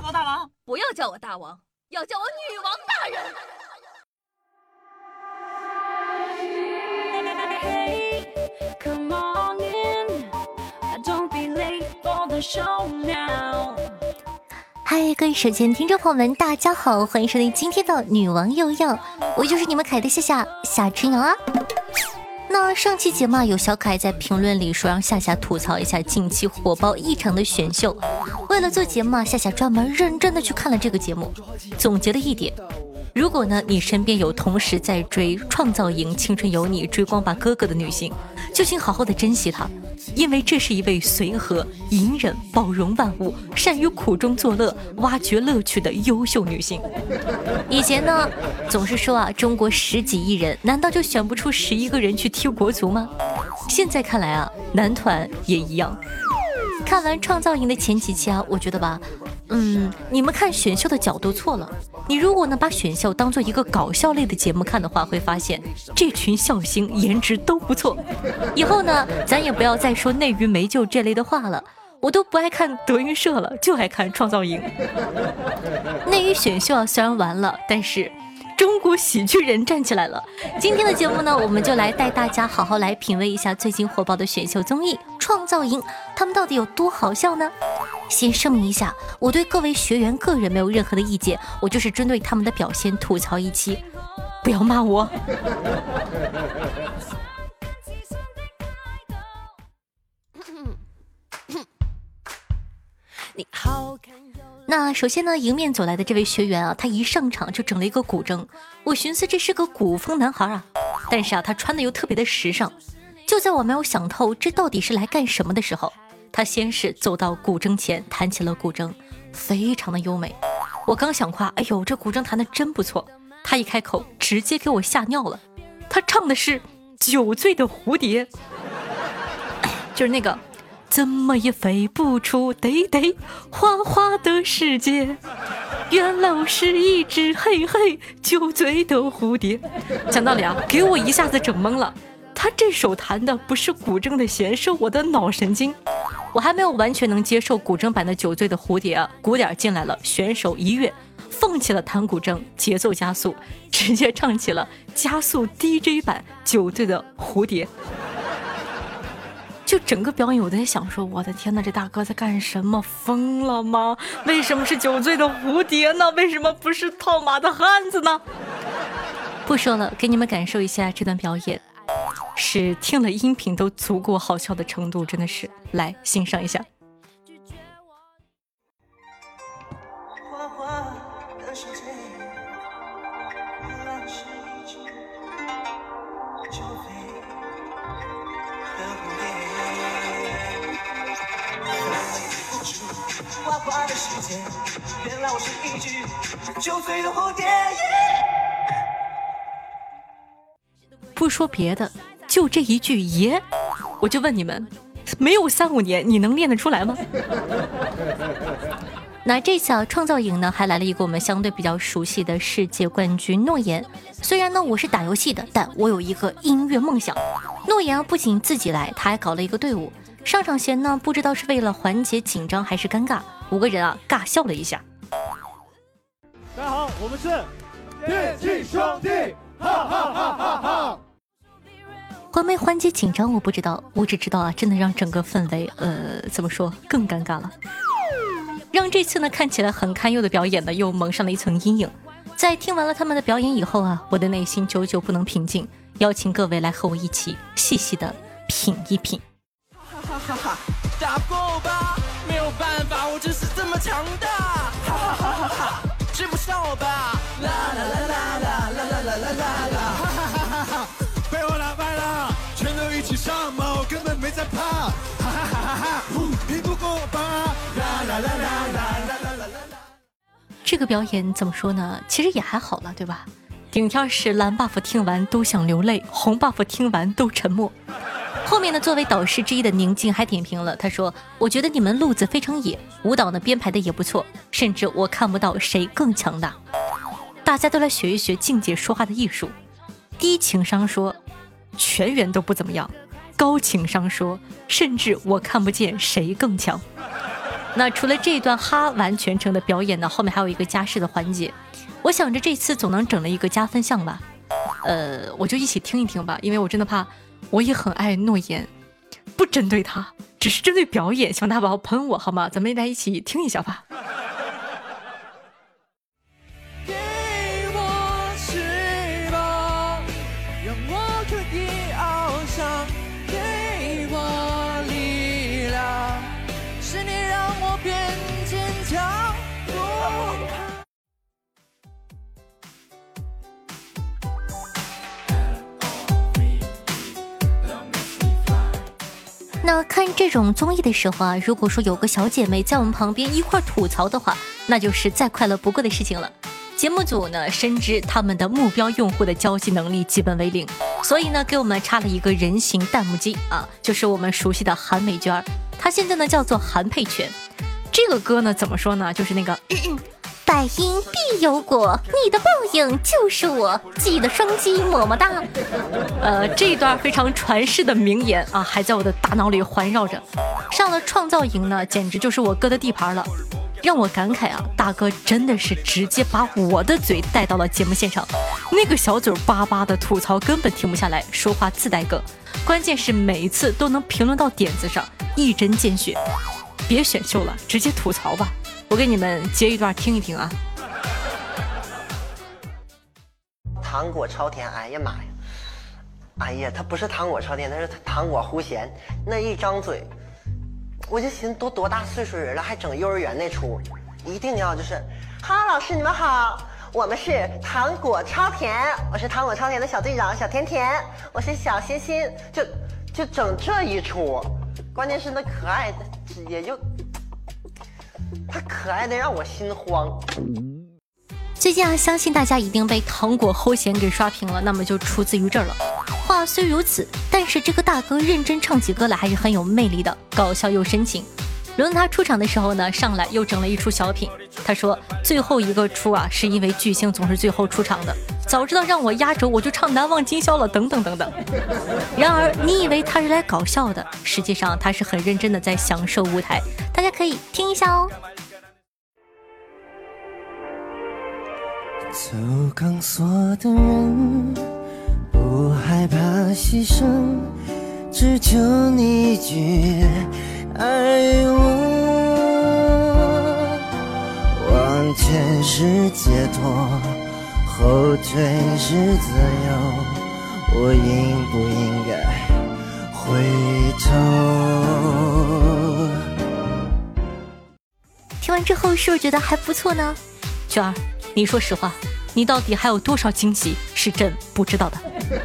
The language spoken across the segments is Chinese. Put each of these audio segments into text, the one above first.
我大王， 不要叫我大王，要叫我女王大人。 Come on in, don't be late for the show now. 嗨，各位手机听众朋友们，大家好，欢迎收听今天的女王又要，我就是你们可爱的夏春瑶啊。那上期节目有小可爱在评论里说让夏吐槽一下近期火爆异常的选秀。为了做节目夏专门认真的去看了这个节目，总结了一点：如果呢你身边有同时在追《创造营》《青春有你》追光吧哥哥的女性，就请好好的珍惜她，因为这是一位随和、隐忍、包容万物、善于苦中作乐、挖掘乐趣的优秀女性。以前呢总是说中国10几亿人，难道就选不出11个人去踢国足吗？现在看来男团也一样。看完创造营的前几期我觉得吧，你们看选秀的角度错了。你如果呢把选秀当做一个搞笑类的节目看的话，会发现这群笑星颜值都不错。以后呢咱也不要再说内娱没救这类的话了，我都不爱看德云社了，就爱看创造营。内娱选秀虽然完了，但是中国喜剧人站起来了。今天的节目呢，我们就来带大家好好来品味一下最近火爆的选秀综艺《创造营》，他们到底有多好笑呢？先声明一下，我对各位学员个人没有任何的意见，我就是针对他们的表现吐槽一期，不要骂我。那首先呢，迎面走来的这位学员他一上场就整了一个古筝，我寻思这是个古风男孩但是他穿的又特别的时尚。就在我没有想透这到底是来干什么的时候，他先是走到古筝前弹起了古筝，非常的优美。我刚想夸，哎呦这古筝弹的真不错，他一开口直接给我吓尿了。他唱的是酒醉的蝴蝶，就是那个怎么也飞不出得花花的世界，原来我是一只嘿嘿酒醉的蝴蝶。讲道理给我一下子整懵了。他这首弹的不是古筝的弦，是我的脑神经。我还没有完全能接受古筝版的酒醉的蝴蝶鼓点进来了，选手一跃放弃了弹古筝，节奏加速，直接唱起了加速 DJ 版酒醉的蝴蝶。就整个表演我在想说，我的天哪，这大哥在干什么？疯了吗？为什么是酒醉的蝴蝶呢？为什么不是套马的汉子呢？不说了，给你们感受一下这段表演，是听了音频都足够好笑的程度，真的是来欣赏一下。 花花的世界，原来是一只酒醉的蝴蝶。花花的世界，原来我是一只酒醉的蝴蝶。 不说别的，就这一句耶，我就问你们，没有3-5年你能练得出来吗？那这次创造营呢还来了一个我们相对比较熟悉的世界冠军诺言。虽然呢我是打游戏的，但我有一个音乐梦想。诺言不仅自己来，他还搞了一个队伍。上场前呢不知道是为了缓解紧张还是尴尬，5个人尬笑了一下。 大家好，我们是电气兄弟，哈哈哈哈哈。 缓没缓解紧张我不知道，我只知道真的让整个氛围怎么说更尴尬了。让这次呢看起来很堪忧的表演呢又蒙上了一层阴影。在听完了他们的表演以后我的内心久久不能平静，邀请各位来和我一起细细的品一品。 哈哈哈哈，打不过吧？没有办法，我就是这么强大。哈哈哈哈哈，追不上我吧？啦啦啦啦啦啦啦啦啦啦！哈哈哈哈哈， 被我打败了，全都一起上马，我根本没在怕。哈哈哈哈哈，拼不过我吧？啦啦啦啦啦啦啦啦啦！ 这个表演怎么说呢？其实也还好了，对吧？顶天是蓝 buff 听完都想流泪，红 buff 听完都沉默。后面呢，作为导师之一的宁静还点评了，他说：“我觉得你们路子非常野，舞蹈呢编排的也不错，甚至我看不到谁更强大。大家都来学一学静姐说话的艺术。低情商说，全员都不怎么样；高情商说，甚至我看不见谁更强。” 那除了这一段哈完全程的表演呢，后面还有一个加时的环节。我想着这次总能整了一个加分项吧，我就一起听一听吧，因为我真的怕我也很爱诺言，不针对他，只是针对表演，希望大家不要喷我好吗？咱们来一起听一下吧。 给我翅膀，让我可以翱翔，给我力量，是你让我变坚强，不怕。 那看这种综艺的时候啊，如果说有个小姐妹在我们旁边一块吐槽的话，那就是再快乐不过的事情了。节目组呢深知他们的目标用户的交际能力基本为零，所以呢给我们插了一个人形弹幕机啊，就是我们熟悉的韩美娟，她现在呢叫做韩佩泉。这个歌呢怎么说呢，就是那个百因必有果，你的报应就是我，记得双击么么哒。这一段非常传世的名言啊，还在我的大脑里环绕着。上了创造营呢，简直就是我哥的地盘了。让我感慨啊，大哥真的是直接把我的嘴带到了节目现场，那个小嘴巴巴的吐槽根本停不下来，说话自带梗，关键是每一次都能评论到点子上，一针见血。别选秀了，直接吐槽吧。我给你们截一段听一听啊。 糖果超甜，哎呀妈呀，哎呀，它不是糖果超甜，它是糖果齁咸。那一张嘴，我就寻思都多大岁数人了，还整幼儿园那出，一定要就是哈老师你们好，我们是糖果超甜，我是糖果超甜的小队长小甜甜，我是小欣欣，就整这一出，关键是那可爱的也就。他可爱的让我心慌。 最近啊，相信大家一定被糖果齁咸给刷屏了，那么就出自于这儿了。话虽如此，但是这个大哥认真唱起歌来还是很有魅力的，搞笑又深情。轮到他出场的时候呢，上来又整了一出小品。他说最后一个出啊，是因为巨星总是最后出场的，早知道让我压轴我就唱难忘今宵了，等等等等。然而你以为他是来搞笑的，实际上他是很认真的在享受舞台，大家可以听一下哦。 走钢索的人不害怕牺牲，只求你一句爱我。往前是解脱，后退是自由，我应不应该回头？ 听完之后是不是觉得还不错呢？娟儿，你说实话，你到底还有多少惊喜是朕不知道的？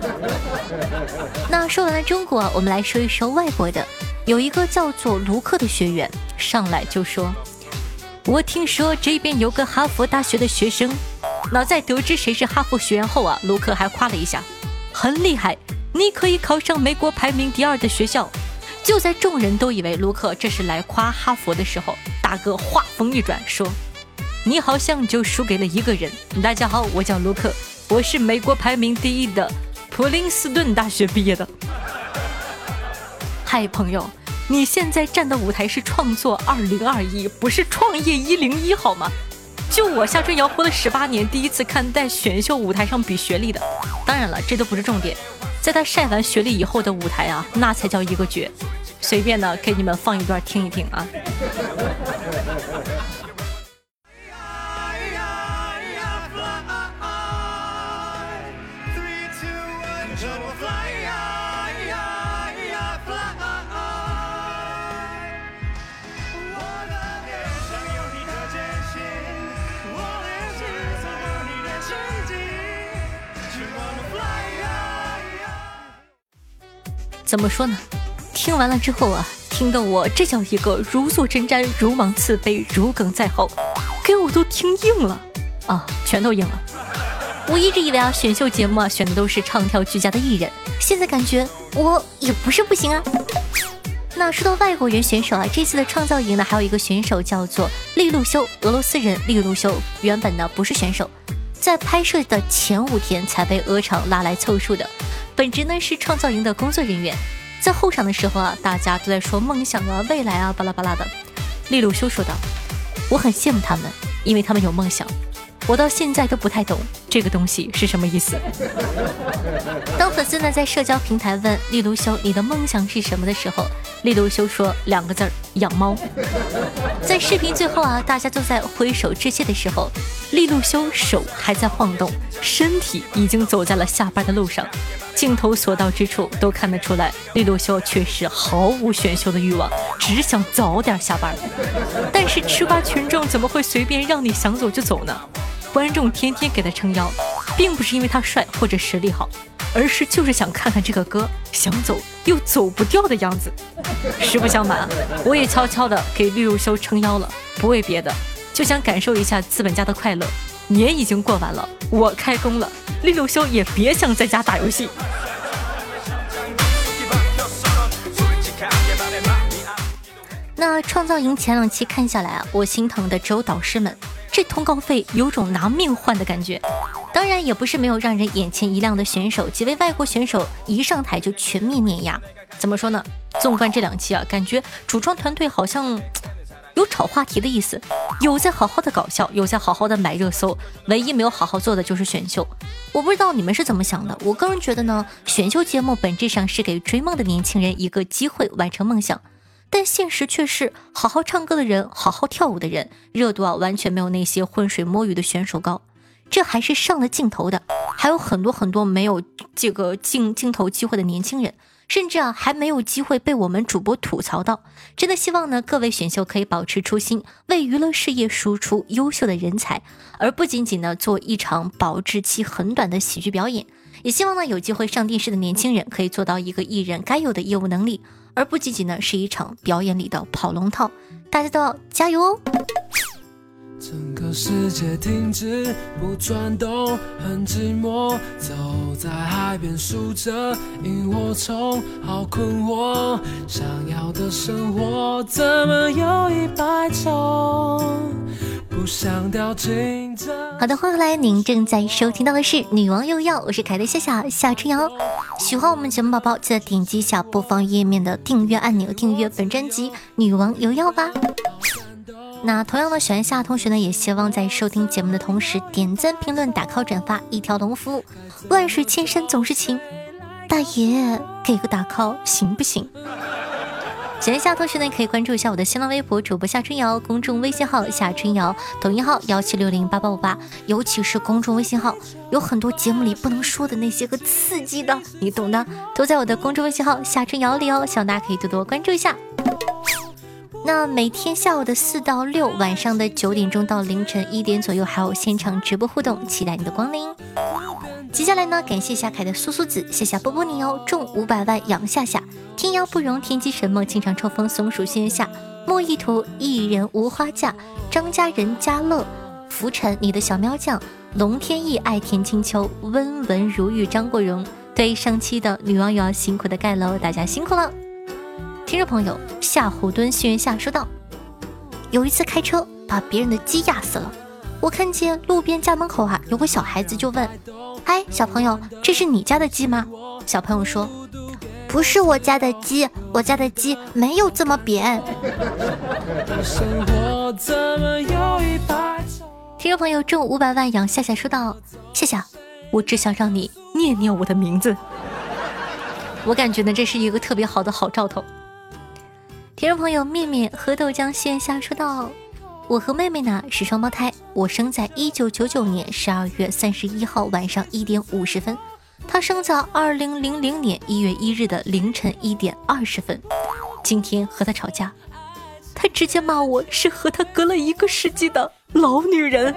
那说完了中国，我们来说一说外国的。有一个叫做卢克的学员上来就说，我听说这边有个哈佛大学的学生。那在得知谁是哈佛学员后啊，卢克还夸了一下，很厉害，你可以考上美国排名第2的学校。就在众人都以为卢克这是来夸哈佛的时候，大哥话锋一转说，你好像就输给了一个人。大家好，我叫卢克，我是美国排名第1的普林斯顿大学毕业的。嗨，朋友，你现在站的舞台是创作2021，不是创业101好吗？就我夏春瑶活了18年，第一次看在选秀舞台上比学历的。当然了，这都不是重点，在他晒完学历以后的舞台啊，那才叫一个绝。随便呢，给你们放一段听一听啊。怎么说呢？听完了之后啊，听得我这叫一个如坐针毡，如芒刺背，如鲠在喉，给我都听硬了啊，全都硬了。我一直以为啊，选秀节目啊选的都是唱跳俱佳的艺人，现在感觉我也不是不行啊。那说到外国人选手啊，这次的创造营呢，还有一个选手叫做利路修，俄罗斯人利路修，原本呢不是选手，在拍摄的前5天才被鹅厂拉来凑数的。本职呢是创造营的工作人员，在后场的时候啊，大家都在说梦想啊、未来啊，巴拉巴拉的。 利路修说道：“我很羡慕他们，因为他们有梦想。我到现在都不太懂这个东西是什么意思。”当粉丝呢在社交平台问利路修你的梦想是什么的时候，利路修说2个字：养猫。在视频最后啊，大家都在挥手致谢的时候，利路修手还在晃动，身体已经走在了下班的路上。镜头所到之处都看得出来，利路修确实毫无选秀的欲望，只想早点下班。但是吃瓜群众怎么会随便让你想走就走呢？观众天天给他撑腰，并不是因为他帅或者实力好，而是就是想看看这个歌想走又走不掉的样子。实不相瞒，我也悄悄的给利路修撑腰了，不为别的，就想感受一下资本家的快乐。年已经过完了，我开工了，利路修也别想在家打游戏。那创造营前2期看下来啊，我心疼的只有导师们，这通告费有种拿命换的感觉。当然也不是没有让人眼前一亮的选手，几位外国选手一上台就全面碾压。怎么说呢？纵观这2期啊，感觉主创团队好像有炒话题的意思，有在好好的搞笑，有在好好的买热搜，唯一没有好好做的就是选秀。我不知道你们是怎么想的，我个人觉得呢，选秀节目本质上是给追梦的年轻人一个机会完成梦想，但现实却是好好唱歌的人，好好跳舞的人，热度啊完全没有那些浑水摸鱼的选手高。这还是上了镜头的，还有很多没有这个镜头机会的年轻人，甚至啊还没有机会被我们主播吐槽到。真的希望呢各位选秀可以保持初心，为娱乐事业输出优秀的人才，而不仅仅呢做一场保质期很短的喜剧表演。也希望呢有机会上电视的年轻人可以做到一个艺人该有的业务能力，而不仅仅呢是一场表演里的跑龙套。大家都要加油哦！ 整个世界停止不转动，很寂寞，走在海边数着萤火虫，好困惑，想要的生活怎么有100种，不想掉进这。 好的，欢迎回来，您正在收听到的是女王又要，我是凯的夏春瑶。喜欢我们节目宝宝记得点击一下播放页面的订阅按钮，订阅本专辑女王又要吧。那同样的，喜欢夏同学呢，也希望在收听节目的同时点赞、评论、打 call、转发，一条龙服务。万水千山总是情，大爷给个打 call 行不行？喜欢夏同学呢，可以关注一下我的新浪微博主播夏春瑶，公众微信号夏春瑶，抖音号17608858，尤其是公众微信号，有很多节目里不能说的那些个刺激的，你懂的，都在我的公众微信号夏春瑶里哦，希望大家可以多多关注一下。那每天下午的4到6，晚上的9点钟到凌晨1点左右，还有现场直播互动，期待你的光临。接下来呢，感谢夏凯的苏苏子，谢谢波波你哦，中500万养夏夏，天涯不容天机神梦，经常抽风松鼠仙夏，莫一图一人无花架，张家人家乐，浮尘你的小喵酱，龙天意爱田青秋，温文如玉张国荣。对上期的女网友辛苦的盖楼，大家辛苦了。听众朋友夏湖墩西园夏说道，有一次开车把别人的鸡压死了，我看见路边家门口啊有个小孩子就问，嗨小朋友，这是你家的鸡吗？小朋友说，不是我家的鸡，我家的鸡没有这么扁。听众朋友中500万养夏夏说道，夏夏，我只想让你念念我的名字。我感觉呢这是一个特别好的好兆头。听众朋友面面和豆浆线下说道，我和妹妹呢是双胞胎，我生在1999年12月31号晚上1点50分，她生在2000年1月1日的凌晨1点20分。今天和她吵架，她直接骂我是和她隔了1个世纪的老女人。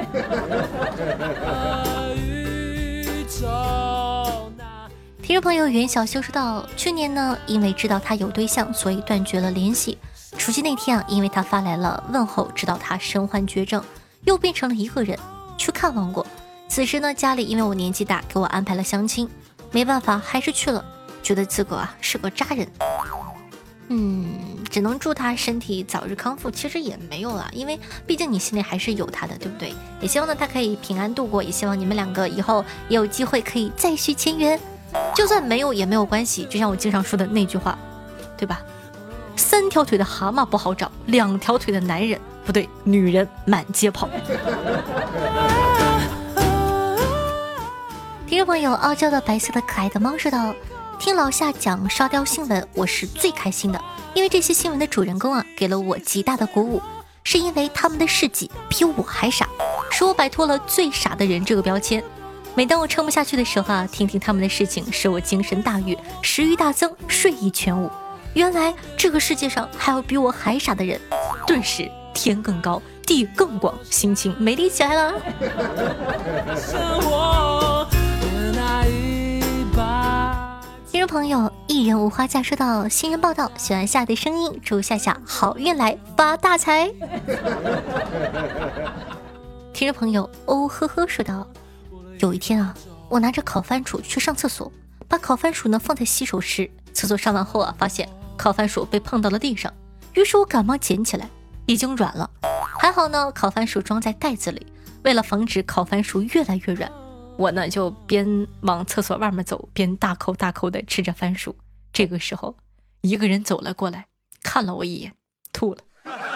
听众朋友袁小修说道，去年呢因为知道他有对象，所以断绝了联系。除夕那天啊，因为他发来了问候，知道他身患绝症，又变成了一个人，去看望过。此时呢家里因为我年纪大，给我安排了相亲，没办法还是去了，觉得自个啊是个渣人。只能祝他身体早日康复，其实也没有了，因为毕竟你心里还是有他的，对不对？也希望呢他可以平安度过，也希望你们两个以后也有机会可以再续前缘，就算没有也没有关系，就像我经常说的那句话，对吧？3 3条腿的蛤蟆不好找，2条腿的男人不对，女人满街跑。听众朋友，傲娇的白色的可爱的猫说道：听老夏讲沙雕新闻，我是最开心的，因为这些新闻的主人公啊，给了我极大的鼓舞，是因为他们的事迹比我还傻，使我摆脱了最傻的人这个标签。每当我撑不下去的时候啊，听听他们的事情，使我精神大悦，食欲大增，睡意全无。原来这个世界上还有比我还傻的人，顿时天更高，地更广，心情美丽起来了。听众朋友，一人无花架说到新人报道，喜欢夏的声音，祝夏夏好运来发大财。听众朋友欧呵呵说道，有一天啊，我拿着烤番薯去上厕所，把烤番薯呢放在洗手池，厕所上完后啊，发现烤番薯被碰到了地上，于是我赶忙捡起来，已经软了。还好呢，烤番薯装在袋子里，为了防止烤番薯越来越软，我呢就边往厕所外面走，边大口大口的吃着番薯。这个时候，一个人走了过来，看了我一眼，吐了。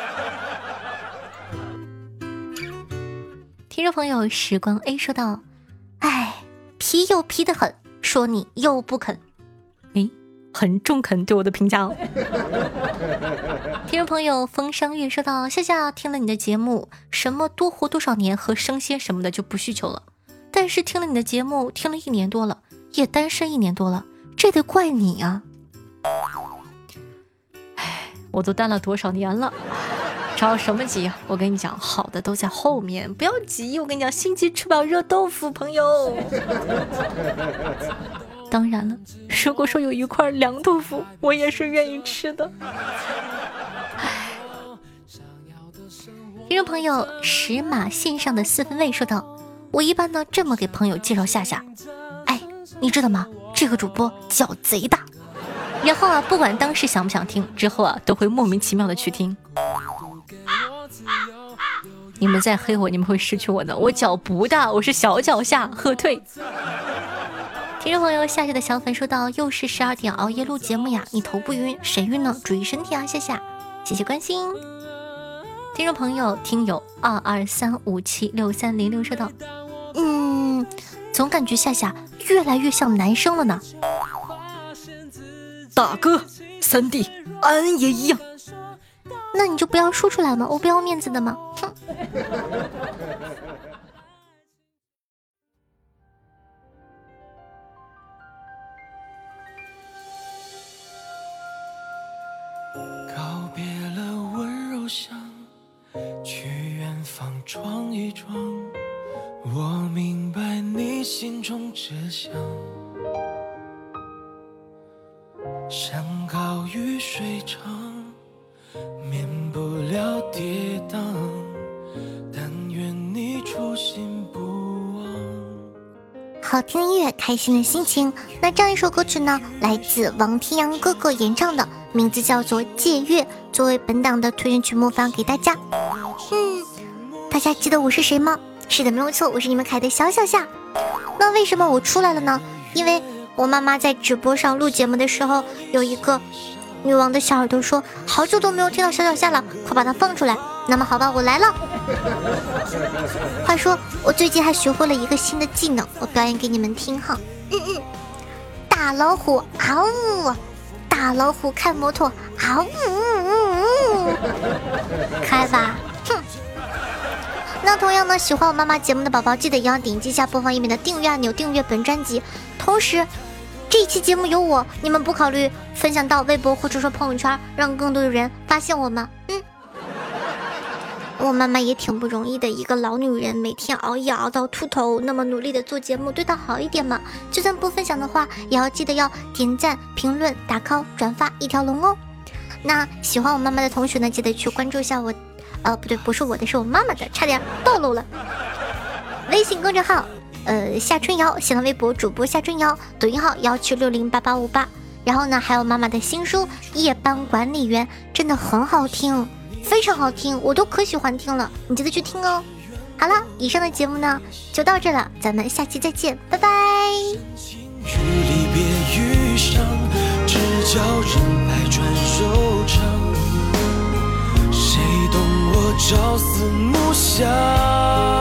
听众朋友时光 A 说道，哎，皮又皮得很，说你又不肯。诶，很中肯对我的评价哦。听众朋友风商月说道，夏夏听了你的节目，什么多活多少年和升仙什么的就不需求了，但是听了你的节目听了1年多了，也单身1年多了，这得怪你啊。哎，我都单了多少年了，着什么急啊？我跟你讲，好的都在后面，不要急。我跟你讲，心急吃不了热豆腐，朋友。当然了，如果说有一块凉豆腐，我也是愿意吃的。听众朋友石马线上的4分卫说道，我一般呢这么给朋友介绍夏夏，哎，你知道吗？这个主播脚贼大。然后啊，不管当时想不想听，之后啊都会莫名其妙的去听。你们再黑我，你们会失去我的。我脚不大，我是小脚下，喝退。听众朋友夏夏的小粉说道，又是12点熬夜录节目呀，你头不晕谁晕呢？注意身体啊，夏夏，谢谢关心。听众朋友听友223576306说道，总感觉夏夏越来越像男生了呢。大哥3弟俺也一样。那你就不要说出来嘛，我不要面子的嘛。哼。 告别了温柔乡，去远方闯一闯，我明白你心中志向，山高与水长，免不了跌宕，但愿你初心不忘。 好听的音乐，开心的心情。那这样一首歌曲呢，来自王天阳哥哥演唱的，名字叫做《借月》，作为本档的推荐曲目放给大家。大家记得我是谁吗？是的，没有错，我是你们可爱的小小夏。那为什么我出来了呢？因为我妈妈在直播上录节目的时候，有一个女王的小耳朵说，好久都没有听到小小夏了，快把它放出来。那么好吧，我来了。话说我最近还学会了一个新的技能，我表演给你们听哈。大老虎嗷呜，大老虎看摩托嗷呜，可爱吧？那同样呢，喜欢我妈妈节目的宝宝，记得也要点击一下播放页面的订阅按钮，订阅本专辑。同时这一期节目有我，你们不考虑分享到微博或者说朋友圈，让更多的人发现我吗？我妈妈也挺不容易的，一个老女人，每天熬夜熬到秃头，那么努力的做节目，对她好一点嘛。就算不分享的话，也要记得要点赞、评论、打 call、转发一条龙哦。那喜欢我妈妈的同学呢，记得去关注一下我，不对，不是我的，是我妈妈的，差点暴露了。微信公众号夏春瑶，新浪微博主播夏春瑶，抖音号176088858。然后呢，还有妈妈的新书《夜班管理员》，真的很好听，非常好听，我都可喜欢听了，你记得去听哦。好了，以上的节目呢就到这了，咱们下期再见，拜拜。 与离别遇上，只叫人百转收场。 朝思暮想。